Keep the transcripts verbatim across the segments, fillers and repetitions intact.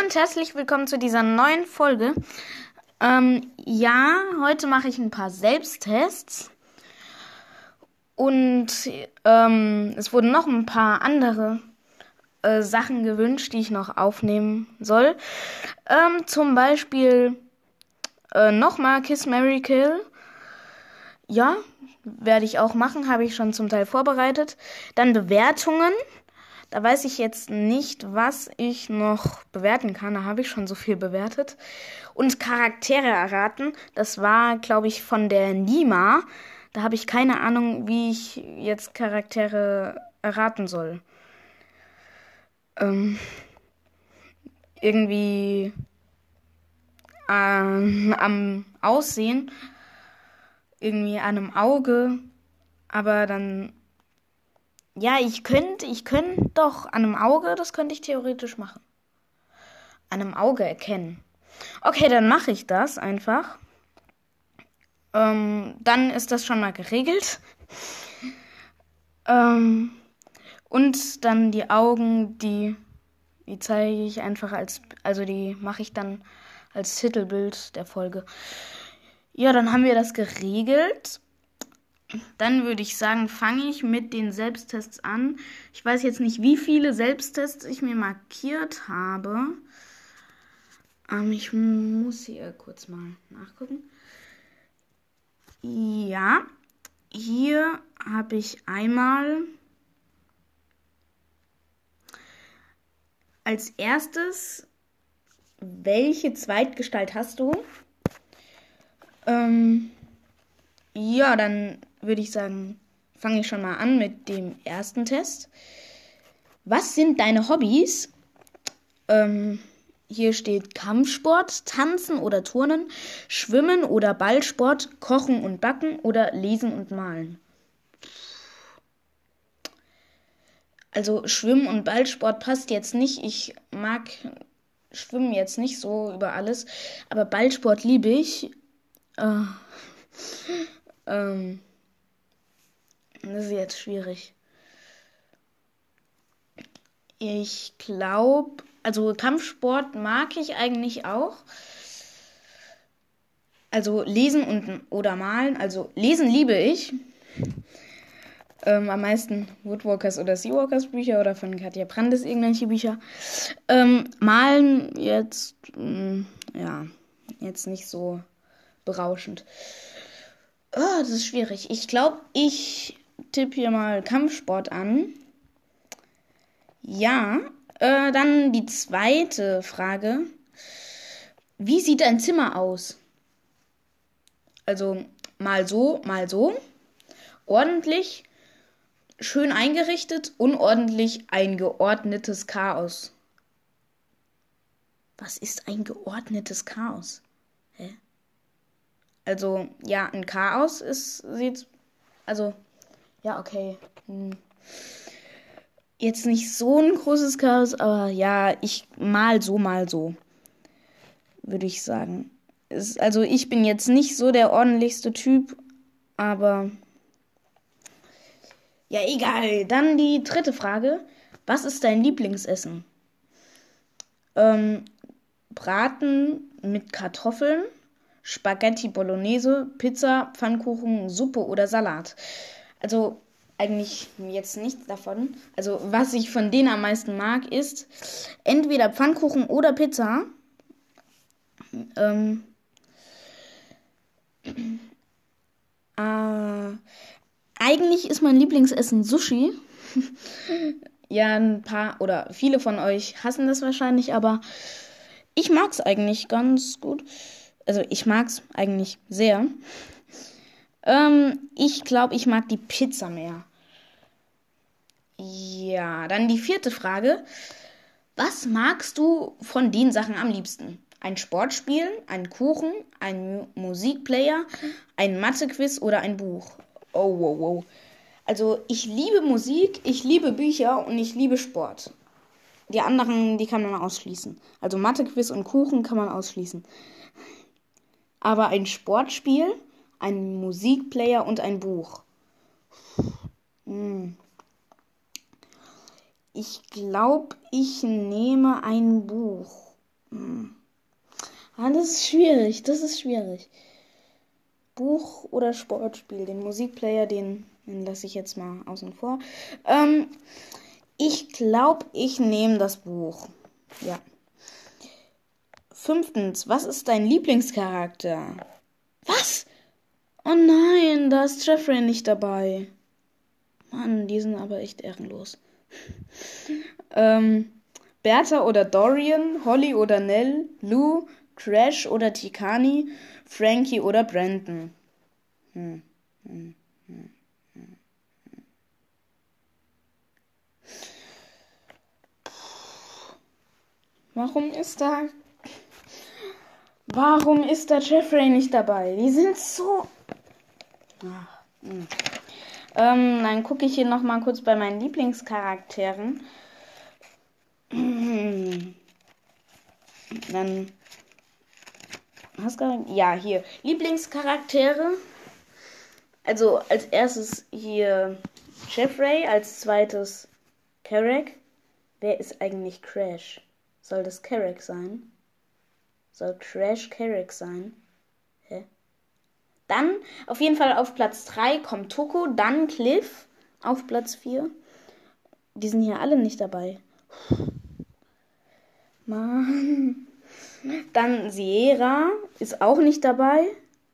und herzlich willkommen zu dieser neuen Folge. Ähm, ja, heute mache ich ein paar Selbsttests. Und ähm, es wurden noch ein paar andere äh, Sachen gewünscht, die ich noch aufnehmen soll. Ähm, zum Beispiel äh, nochmal Kiss, Marry, Kill. Ja, werde ich auch machen, habe ich schon zum Teil vorbereitet. Dann Bewertungen. Da weiß ich jetzt nicht, was ich noch bewerten kann. Da habe ich schon so viel bewertet. Und Charaktere erraten. Das war, glaube ich, von der Nima. Da habe ich keine Ahnung, wie ich jetzt Charaktere erraten soll. Ähm, irgendwie ähm, am Aussehen. Irgendwie an einem Auge. Aber dann... Ja, ich könnte, ich könnte doch an einem Auge, das könnte ich theoretisch machen. An einem Auge erkennen. Okay, dann mache ich das einfach. Ähm, dann ist das schon mal geregelt. Ähm, und dann die Augen, die, die zeige ich einfach als, also die mache ich dann als Titelbild der Folge. Ja, dann haben wir das geregelt. Dann würde ich sagen, fange ich mit den Selbsttests an. Ich weiß jetzt nicht, wie viele Selbsttests ich mir markiert habe. Ähm, ich muss hier kurz mal nachgucken. Ja, hier habe ich einmal als erstes, welche Zweitgestalt hast du? Ähm, ja, dann würde ich sagen, fange ich schon mal an mit dem ersten Test. Was sind deine Hobbys? Ähm, hier steht Kampfsport, Tanzen oder Turnen, Schwimmen oder Ballsport, Kochen und Backen oder Lesen und Malen. Also Schwimmen und Ballsport passt jetzt nicht. Ich mag Schwimmen jetzt nicht so über alles, aber Ballsport liebe ich. Äh, ähm, das ist jetzt schwierig. Ich glaube, also Kampfsport mag ich eigentlich auch. Also lesen und oder malen. Also lesen liebe ich. Ähm, am meisten Woodwalkers oder Seawalkers Bücher oder von Katja Brandes irgendwelche Bücher. Ähm, malen jetzt, mh, ja, jetzt nicht so berauschend. Oh, das ist schwierig. Ich glaube, ich tippe hier mal Kampfsport an. Ja, äh, dann die zweite Frage. Wie sieht dein Zimmer aus? Also mal so, mal so. Ordentlich, schön eingerichtet, unordentlich, ein geordnetes Chaos. Was ist ein geordnetes Chaos? Hä? Also, ja, ein Chaos ist, sieht, also, ja, okay. Hm. Jetzt nicht so ein großes Chaos, aber ja, ich mal so, mal so, würde ich sagen. Es, also, ich bin jetzt nicht so der ordentlichste Typ, aber ja, egal. Dann die dritte Frage. Was ist dein Lieblingsessen? Ähm, Braten mit Kartoffeln, Spaghetti Bolognese, Pizza, Pfannkuchen, Suppe oder Salat. Also eigentlich jetzt nichts davon. Also was ich von denen am meisten mag, ist entweder Pfannkuchen oder Pizza. Ähm, äh, eigentlich ist mein Lieblingsessen Sushi. Ja, ein paar oder viele von euch hassen das wahrscheinlich, aber ich mag es eigentlich ganz gut. Also ich mag es eigentlich sehr. Ähm, ich glaube, ich mag die Pizza mehr. Ja, dann die vierte Frage. Was magst du von den Sachen am liebsten? Ein Sportspiel, ein Kuchen, ein Mu- Musikplayer, ein Mathequiz oder ein Buch? Oh, wow, wow. Also ich liebe Musik, ich liebe Bücher und ich liebe Sport. Die anderen, die kann man ausschließen. Also Mathequiz und Kuchen kann man ausschließen. Aber ein Sportspiel, ein Musikplayer und ein Buch. Hm. Ich glaube, ich nehme ein Buch. Hm. Ah, das ist schwierig, das ist schwierig. Buch oder Sportspiel? Den Musikplayer, den, den lasse ich jetzt mal außen vor. Ähm, ich glaube, ich nehme das Buch. Ja. Fünftens, was ist dein Lieblingscharakter? Was? Oh nein, da ist Jeffrey nicht dabei. Mann, die sind aber echt ehrenlos. ähm, Bertha oder Dorian, Holly oder Nell, Lou, Crash oder Tikani, Frankie oder Brandon. Hm, hm, hm, hm. Warum ist da... Warum ist da Jeffrey nicht dabei? Die sind so... Ach, hm. ähm, dann gucke ich hier nochmal kurz bei meinen Lieblingscharakteren. Dann... Hast du... Ja, hier. Lieblingscharaktere. Also als erstes hier Jeffrey, als zweites Carrack. Wer ist eigentlich Crash? Soll das Carrack sein? Soll Crash Carrack sein? Hä? Dann auf jeden Fall auf Platz drei kommt Toko, dann Cliff auf Platz vier. Die sind hier alle nicht dabei. Mann. Dann Sierra ist auch nicht dabei.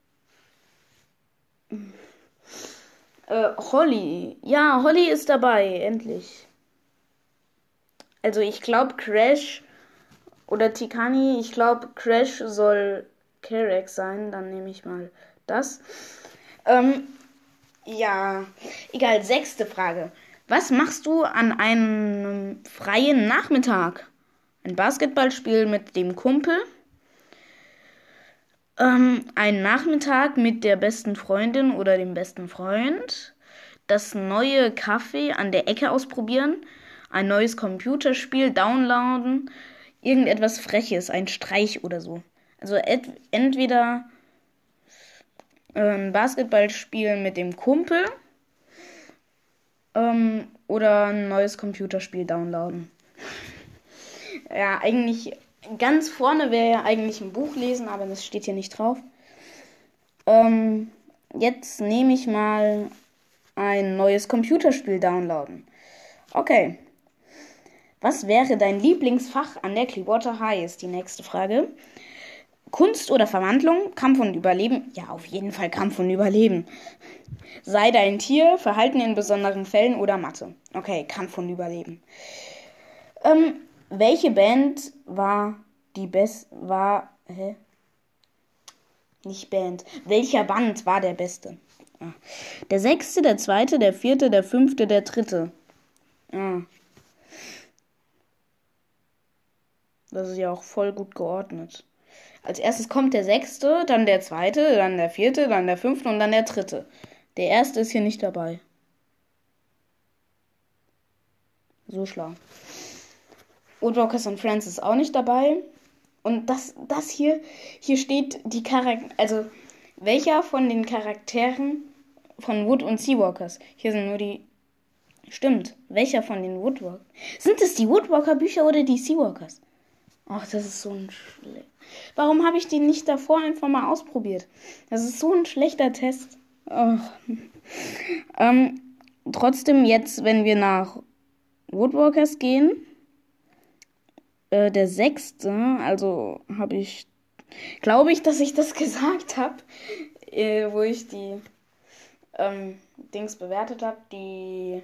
Äh, Holly. Ja, Holly ist dabei, endlich. Also ich glaube Crash oder Tikani, ich glaube Crash soll Carrack sein, dann nehme ich mal das. Ähm, ja, egal, sechste Frage. Was machst du an einem freien Nachmittag? Ein Basketballspiel mit dem Kumpel? Ähm, ein Nachmittag mit der besten Freundin oder dem besten Freund? Das neue Café an der Ecke ausprobieren? Ein neues Computerspiel downloaden? Irgendetwas Freches, ein Streich oder so. Also et- entweder ein Basketballspiel mit dem Kumpel ähm, oder ein neues Computerspiel downloaden. Ja, eigentlich ganz vorne wäre ja eigentlich ein Buch lesen, aber das steht hier nicht drauf. Ähm, jetzt nehme ich mal ein neues Computerspiel downloaden. Okay. Was wäre dein Lieblingsfach an der Clearwater High, ist die nächste Frage. Kunst oder Verwandlung, Kampf und Überleben? Ja, auf jeden Fall Kampf und Überleben. Sei dein Tier, Verhalten in besonderen Fällen oder Mathe? Okay, Kampf und Überleben. Ähm, welche Band war die beste, war, hä? Nicht Band. Welcher Band war der beste? Ah. Der sechste, der zweite, der vierte, der fünfte, der dritte. Ah. Das ist ja auch voll gut geordnet. Als erstes kommt der sechste, dann der zweite, dann der vierte, dann der fünfte und dann der dritte. Der erste ist hier nicht dabei. So schlau. Woodwalkers und Friends ist auch nicht dabei. Und das, das hier, hier steht die Charakter, also welcher von den Charakteren von Wood und Seawalkers? Hier sind nur die, stimmt, welcher von den Woodwalkers? Sind es die Woodwalker-Bücher oder die Seawalkers? Ach, das ist so ein Schle Warum habe ich den nicht davor einfach mal ausprobiert? Das ist so ein schlechter Test. Oh. ähm, trotzdem jetzt, wenn wir nach Woodwalkers gehen, äh, der sechste, also habe ich, glaube ich, dass ich das gesagt habe, äh, wo ich die ähm, Dings bewertet habe, die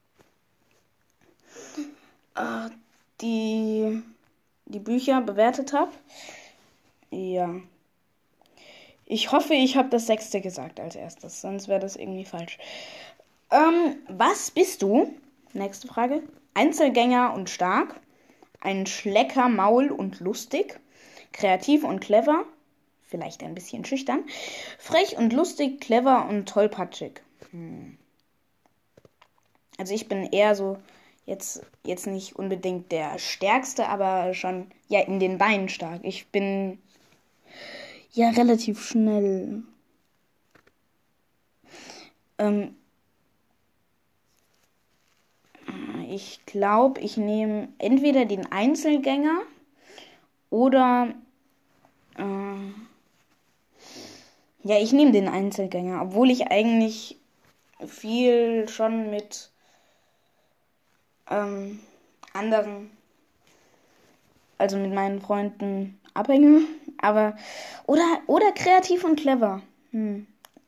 äh, die die Bücher bewertet habe. Ja. Ich hoffe, ich habe das sechste gesagt als erstes, sonst wäre das irgendwie falsch. Ähm, was bist du? Nächste Frage. Einzelgänger und stark. Ein Schlecker, Maul und lustig. Kreativ und clever. Vielleicht ein bisschen schüchtern. Frech und lustig, clever und tollpatschig. Hm. Also ich bin eher so, jetzt, jetzt nicht unbedingt der Stärkste, aber schon ja in den Beinen stark. Ich bin ja relativ schnell. Ähm, ich glaube, ich nehme entweder den Einzelgänger Oder, äh, ja, ich nehme den Einzelgänger, obwohl ich eigentlich viel schon mit ähm, anderen, also mit meinen Freunden abhänge. Aber, oder, oder kreativ und clever. Hm.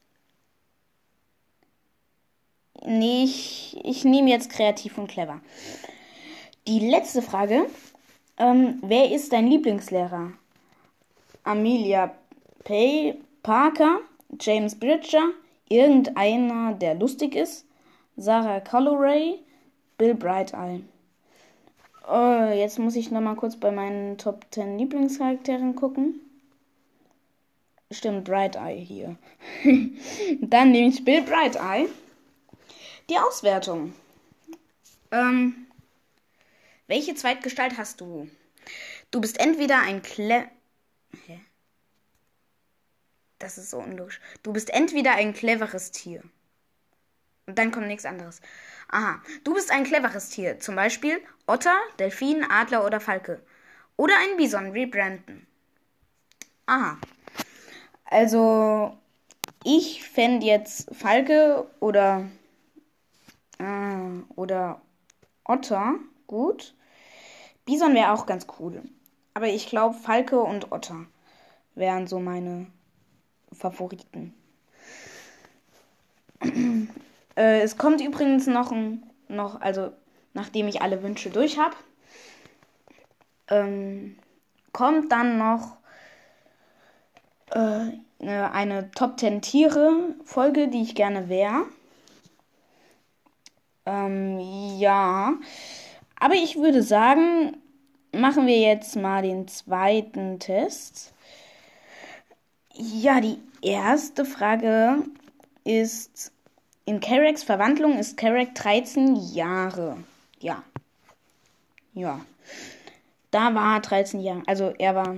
Nee, ich, ich nehme jetzt kreativ und clever. Die letzte Frage. Ähm, wer ist dein Lieblingslehrer? Amelia Pay Parker, James Bridger, irgendeiner, der lustig ist, Sarah Calloway, Bill Bright-Eye. Oh, jetzt muss ich nochmal kurz bei meinen Top zehn Lieblingscharakteren gucken. Stimmt, Bright-Eye hier. Dann nehme ich Bill Bright-Eye. Die Auswertung. Ähm, welche Zweitgestalt hast du? Du bist entweder ein Cle... Hä? Das ist so unlogisch. Du bist entweder ein cleveres Tier. Und dann kommt nichts anderes. Aha. Du bist ein cleveres Tier. Zum Beispiel Otter, Delfin, Adler oder Falke. Oder ein Bison wie Brandon. Aha. Also, ich fände jetzt Falke oder, äh, oder Otter gut. Bison wäre auch ganz cool. Aber ich glaube, Falke und Otter wären so meine Favoriten. äh, es kommt übrigens noch ein, noch, also nachdem ich alle Wünsche durch habe, ähm, kommt dann noch äh, eine Top zehn Tiere Folge, die ich gerne wäre. Ähm, ja. Aber ich würde sagen, machen wir jetzt mal den zweiten Test. Ja, die erste Frage ist, in Carracks Verwandlung ist Carrack dreizehn Jahre. Ja. Ja. Da war er dreizehn Jahre. Also er war,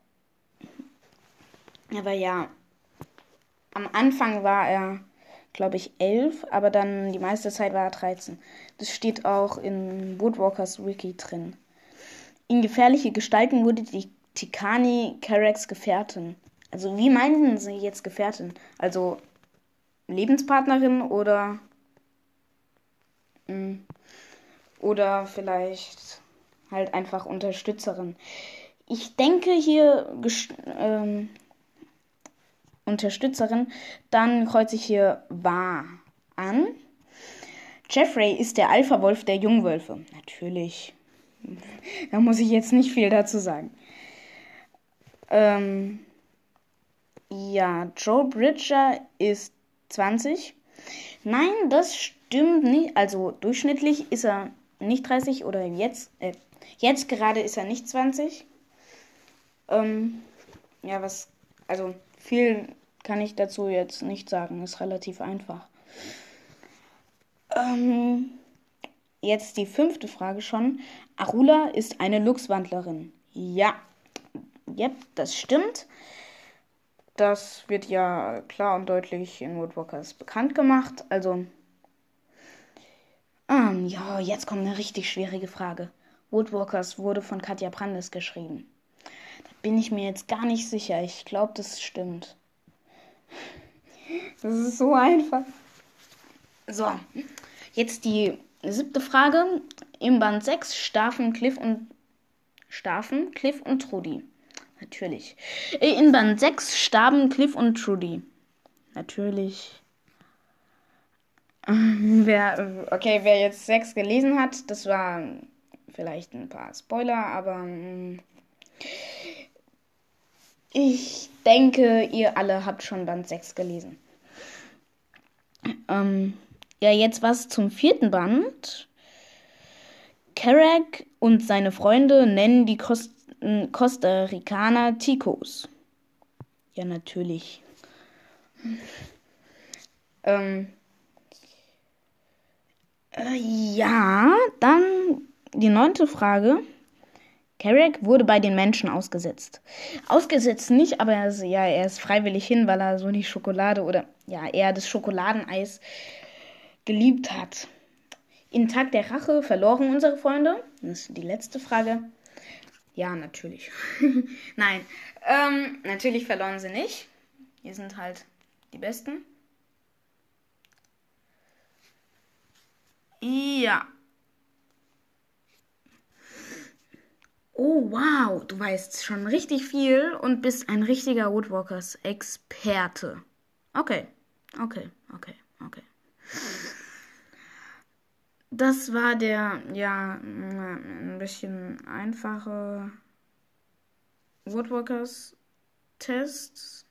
er war ja, am Anfang war er, glaube ich, elf, aber dann die meiste Zeit war er dreizehn. Das steht auch in Woodwalkers Wiki drin. In gefährliche Gestalten wurde die Tikani Carracks Gefährtin. Also wie meinten sie jetzt Gefährtin? Also Lebenspartnerin oder mh, oder vielleicht halt einfach Unterstützerin. Ich denke hier ähm, Unterstützerin, dann kreuze ich hier wahr an. Jeffrey ist der Alpha-Wolf der Jungwölfe. Natürlich. Da muss ich jetzt nicht viel dazu sagen. Ähm, ja, Joe Bridger ist zwanzig. Nein, das stimmt nicht. Also durchschnittlich ist er nicht dreißig oder jetzt, äh, jetzt gerade ist er nicht zwanzig. Ähm, ja, was, also viel kann ich dazu jetzt nicht sagen. Ist relativ einfach. Ähm, jetzt die fünfte Frage schon. Arula ist eine Luchswandlerin. Ja, yep, das stimmt. Das wird ja klar und deutlich in Woodwalkers bekannt gemacht. Also, ähm, ja, jetzt kommt eine richtig schwierige Frage. Woodwalkers wurde von Katja Brandes geschrieben. Da bin ich mir jetzt gar nicht sicher. Ich glaube, das stimmt. Das ist so einfach. So, jetzt die siebte Frage. Im Band sechs starben Cliff und starben Cliff und Trudy. Natürlich. In Band sechs starben Cliff und Trudy. Natürlich. Wer, okay, wer jetzt sechs gelesen hat, das war vielleicht ein paar Spoiler, aber ich denke, ihr alle habt schon Band sechs gelesen. Ähm, ja, jetzt was zum vierten Band. Carrack und seine Freunde nennen die Cost Costa Ricaner Ticos. Ja, natürlich. Ähm, äh, ja, dann die neunte Frage. Carrack wurde bei den Menschen ausgesetzt. Ausgesetzt nicht, aber er ist, ja, er ist freiwillig hin, weil er so die Schokolade oder ja, eher das Schokoladeneis geliebt hat. In Tag der Rache verloren unsere Freunde. Das ist die letzte Frage. Ja, natürlich. Nein, ähm, natürlich verloren sie nicht. Die sind halt die Besten. Ja. Oh, wow, du weißt schon richtig viel und bist ein richtiger Woodwalkers-Experte. Okay, okay, okay, okay. Das war der, ja, ein bisschen einfache Woodwalkers-Test.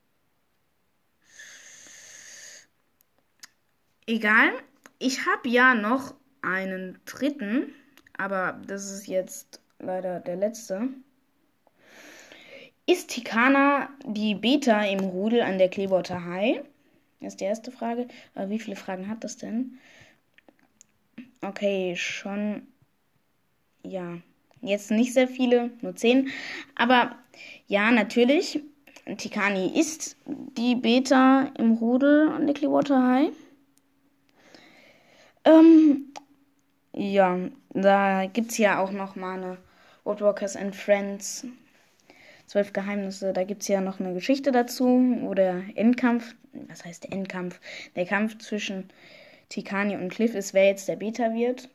Egal, ich habe ja noch einen dritten, aber das ist jetzt leider der letzte. Ist Tikana die Beta im Rudel an der Clearwater High? Das ist die erste Frage. Aber wie viele Fragen hat das denn? Okay, schon. Ja, jetzt nicht sehr viele, nur zehn. Aber ja, natürlich. Tikani ist die Beta im Rudel an der Clearwater High. Ähm, ja, da gibt es ja auch noch mal eine Woodwalkers and Friends Zwölf Geheimnisse. Da gibt es ja noch eine Geschichte dazu, wo der Endkampf, was heißt der Endkampf? Der Kampf zwischen Tikani und Cliff ist, wer jetzt der Beta wird.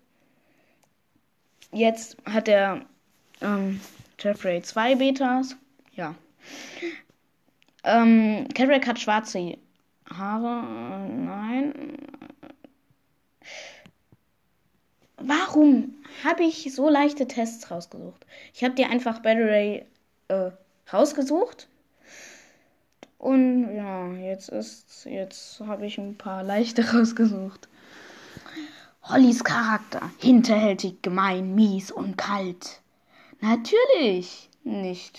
Jetzt hat der ähm, Jeffrey zwei Betas. Ja. Ähm, Carrick hat schwarze Haare. Äh, nein. Warum habe ich so leichte Tests rausgesucht? Ich habe dir einfach Battery äh, rausgesucht. Und ja, jetzt ist, jetzt habe ich ein paar leichte rausgesucht. Hollys Charakter. Hinterhältig, gemein, mies und kalt. Natürlich nicht.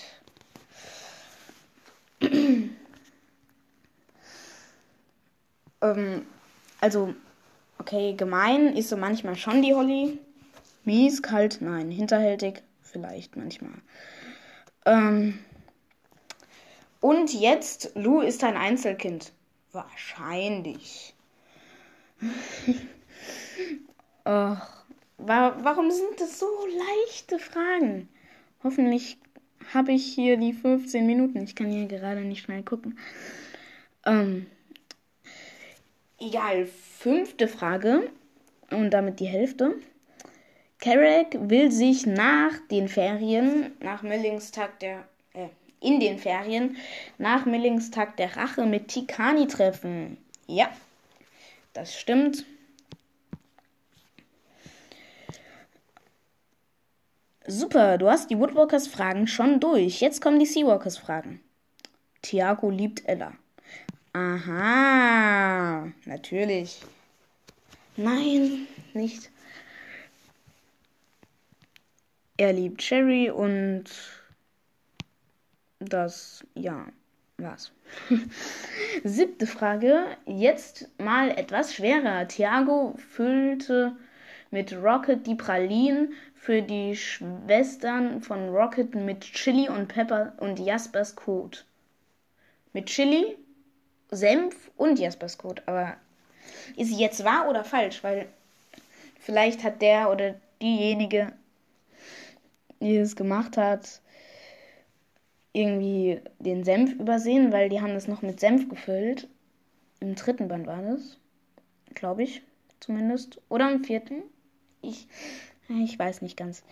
ähm, also, okay, gemein ist so manchmal schon die Holly. Mies, kalt, nein. Hinterhältig, vielleicht manchmal. Ähm, und jetzt, Lou ist ein Einzelkind. Wahrscheinlich. Ach, wa warum sind das so leichte Fragen? Hoffentlich habe ich hier die fünfzehn Minuten. Ich kann hier gerade nicht schnell gucken. Ähm, egal, fünfte Frage und damit die Hälfte. Carrick will sich nach den Ferien, nach Millings Tag der, äh, in den Ferien, nach Millings Tag der Rache mit Tikani treffen. Ja, das stimmt. Super, du hast die Woodwalkers-Fragen schon durch. Jetzt kommen die Seawalkers-Fragen. Tiago liebt Ella. Aha, natürlich. Nein, nicht. Er liebt Sherry und das, ja, war's. Siebte Frage, jetzt mal etwas schwerer. Tiago füllte mit Rocket die Pralinen für die Schwestern von Rocket mit Chili und Pepper und Jaspers Code. Mit Chili, Senf und Jaspers Code. Aber ist sie jetzt wahr oder falsch? Weil vielleicht hat der oder diejenige, die es gemacht hat, irgendwie den Senf übersehen, weil die haben das noch mit Senf gefüllt. Im dritten Band war das, glaube ich, zumindest. Oder im vierten. Ich, ich weiß nicht ganz.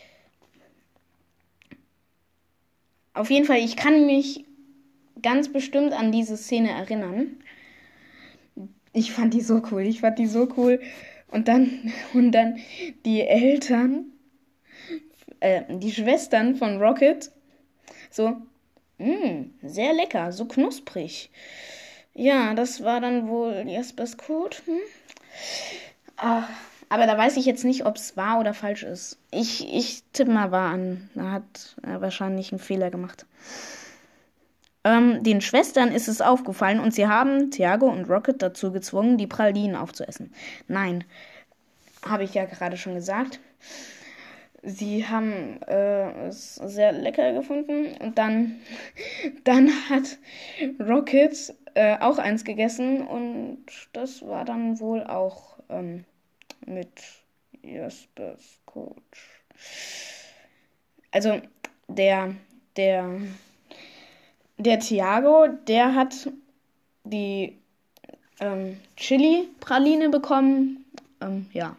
Auf jeden Fall, ich kann mich ganz bestimmt an diese Szene erinnern. Ich fand die so cool. Ich fand die so cool. Und dann, und dann die Eltern, äh, die Schwestern von Rocket, so, mh, sehr lecker, so knusprig. Ja, das war dann wohl Jaspers Code. Hm? Ah, aber da weiß ich jetzt nicht, ob es wahr oder falsch ist. Ich, ich tippe mal wahr an. Da hat er wahrscheinlich einen Fehler gemacht. Ähm, den Schwestern ist es aufgefallen und sie haben Tiago und Rocket dazu gezwungen, die Pralinen aufzuessen. Nein, habe ich ja gerade schon gesagt. Sie haben äh, es sehr lecker gefunden und dann, dann hat Rocket äh, auch eins gegessen und das war dann wohl auch ähm, mit Jaspers Coach. also der, der, der Thiago, der hat die ähm, Chili-Praline bekommen. Ähm, ja.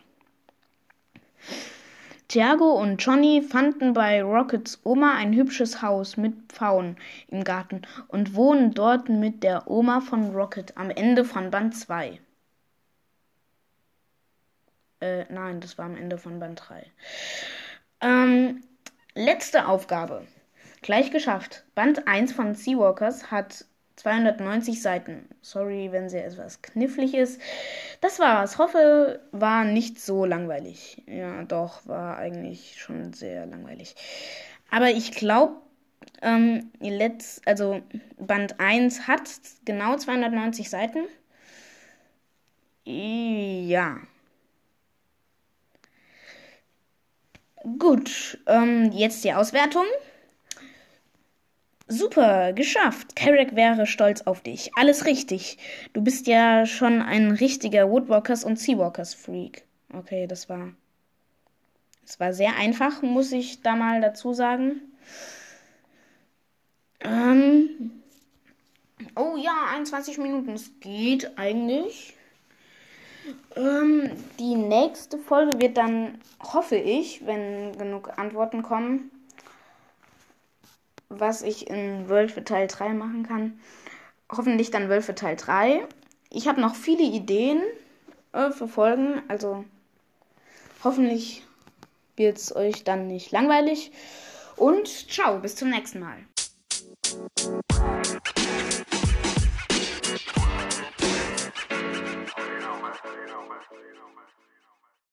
Thiago und Johnny fanden bei Rockets Oma ein hübsches Haus mit Pfauen im Garten und wohnen dort mit der Oma von Rocket am Ende von Band zwei. Äh, nein, das war am Ende von Band drei. Ähm, letzte Aufgabe. Gleich geschafft. Band eins von Seawalkers hat zweihundertneunzig Seiten. Sorry, wenn sie etwas knifflig ist. Das war's. Hoffe, war nicht so langweilig. Ja, doch, war eigentlich schon sehr langweilig. Aber ich glaube, ähm, letzt, also Band eins hat genau zweihundertneunzig Seiten. Ja. Gut, ähm, jetzt die Auswertung. Super, geschafft. Carrack wäre stolz auf dich. Alles richtig. Du bist ja schon ein richtiger Woodwalkers und Seawalkers Freak. Okay, das war das war sehr einfach, muss ich da mal dazu sagen. Ähm, oh ja, einundzwanzig Minuten. Es geht eigentlich. Ähm, die nächste Folge wird dann, hoffe ich, wenn genug Antworten kommen, was ich in Wölfe Teil drei machen kann. Hoffentlich dann Wölfe Teil drei. Ich habe noch viele Ideen äh, für Folgen, also hoffentlich wird es euch dann nicht langweilig. Und ciao, bis zum nächsten Mal.